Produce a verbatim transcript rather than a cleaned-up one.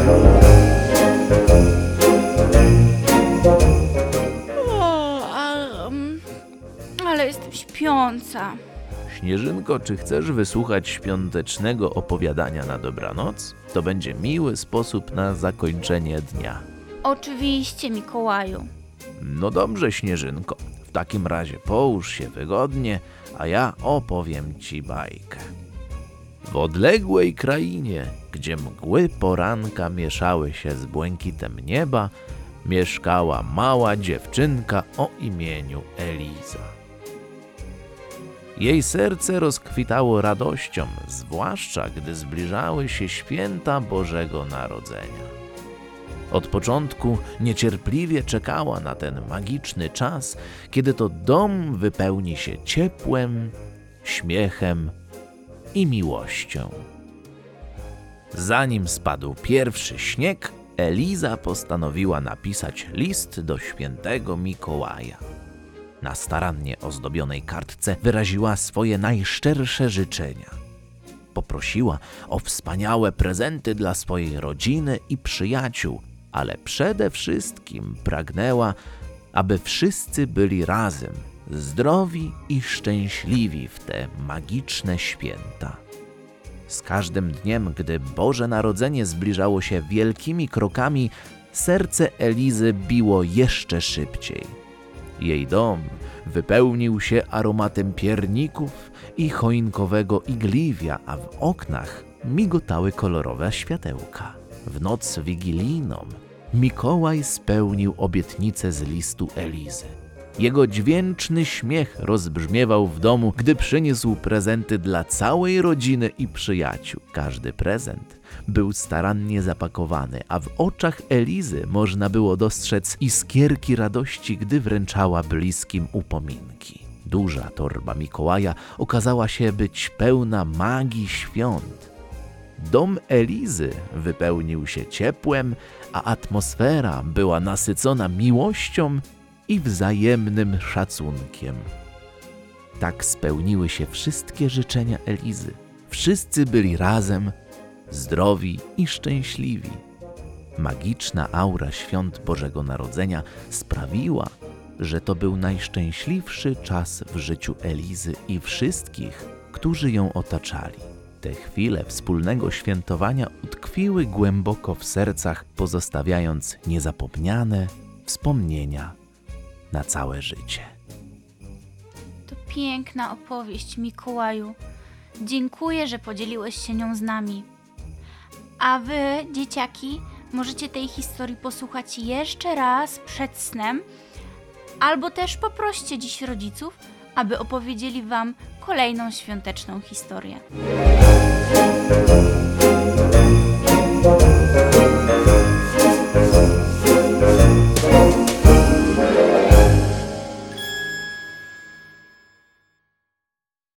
O, a, um, ale jestem śpiąca. Śnieżynko, czy chcesz wysłuchać świątecznego opowiadania na dobranoc? To będzie miły sposób na zakończenie dnia. Oczywiście, Mikołaju. No dobrze, Śnieżynko. W takim razie połóż się wygodnie, a ja opowiem ci bajkę. W odległej krainie, gdzie mgły poranka mieszały się z błękitem nieba, mieszkała mała dziewczynka o imieniu Eliza. Jej serce rozkwitało radością, zwłaszcza gdy zbliżały się święta Bożego Narodzenia. Od początku niecierpliwie czekała na ten magiczny czas, kiedy to dom wypełni się ciepłem, śmiechem i miłością. Zanim spadł pierwszy śnieg, Eliza postanowiła napisać list do świętego Mikołaja. Na starannie ozdobionej kartce wyraziła swoje najszczersze życzenia. Poprosiła o wspaniałe prezenty dla swojej rodziny i przyjaciół, ale przede wszystkim pragnęła, aby wszyscy byli razem, zdrowi i szczęśliwi w te magiczne święta. Z każdym dniem, gdy Boże Narodzenie zbliżało się wielkimi krokami, serce Elizy biło jeszcze szybciej. Jej dom wypełnił się aromatem pierników i choinkowego igliwia, a w oknach migotały kolorowe światełka. W noc wigilijną Mikołaj spełnił obietnicę z listu Elizy. Jego dźwięczny śmiech rozbrzmiewał w domu, gdy przyniósł prezenty dla całej rodziny i przyjaciół. Każdy prezent był starannie zapakowany, a w oczach Elizy można było dostrzec iskierki radości, gdy wręczała bliskim upominki. Duża torba Mikołaja okazała się być pełna magii świąt. Dom Elizy wypełnił się ciepłem, a atmosfera była nasycona miłością i wzajemnym szacunkiem. Tak spełniły się wszystkie życzenia Elizy. Wszyscy byli razem, zdrowi i szczęśliwi. Magiczna aura świąt Bożego Narodzenia sprawiła, że to był najszczęśliwszy czas w życiu Elizy i wszystkich, którzy ją otaczali. Te chwile wspólnego świętowania utkwiły głęboko w sercach, pozostawiając niezapomniane wspomnienia na całe życie. To piękna opowieść, Mikołaju. Dziękuję, że podzieliłeś się nią z nami. A wy, dzieciaki, możecie tej historii posłuchać jeszcze raz przed snem, albo też poproście dziś rodziców, aby opowiedzieli wam kolejną świąteczną historię.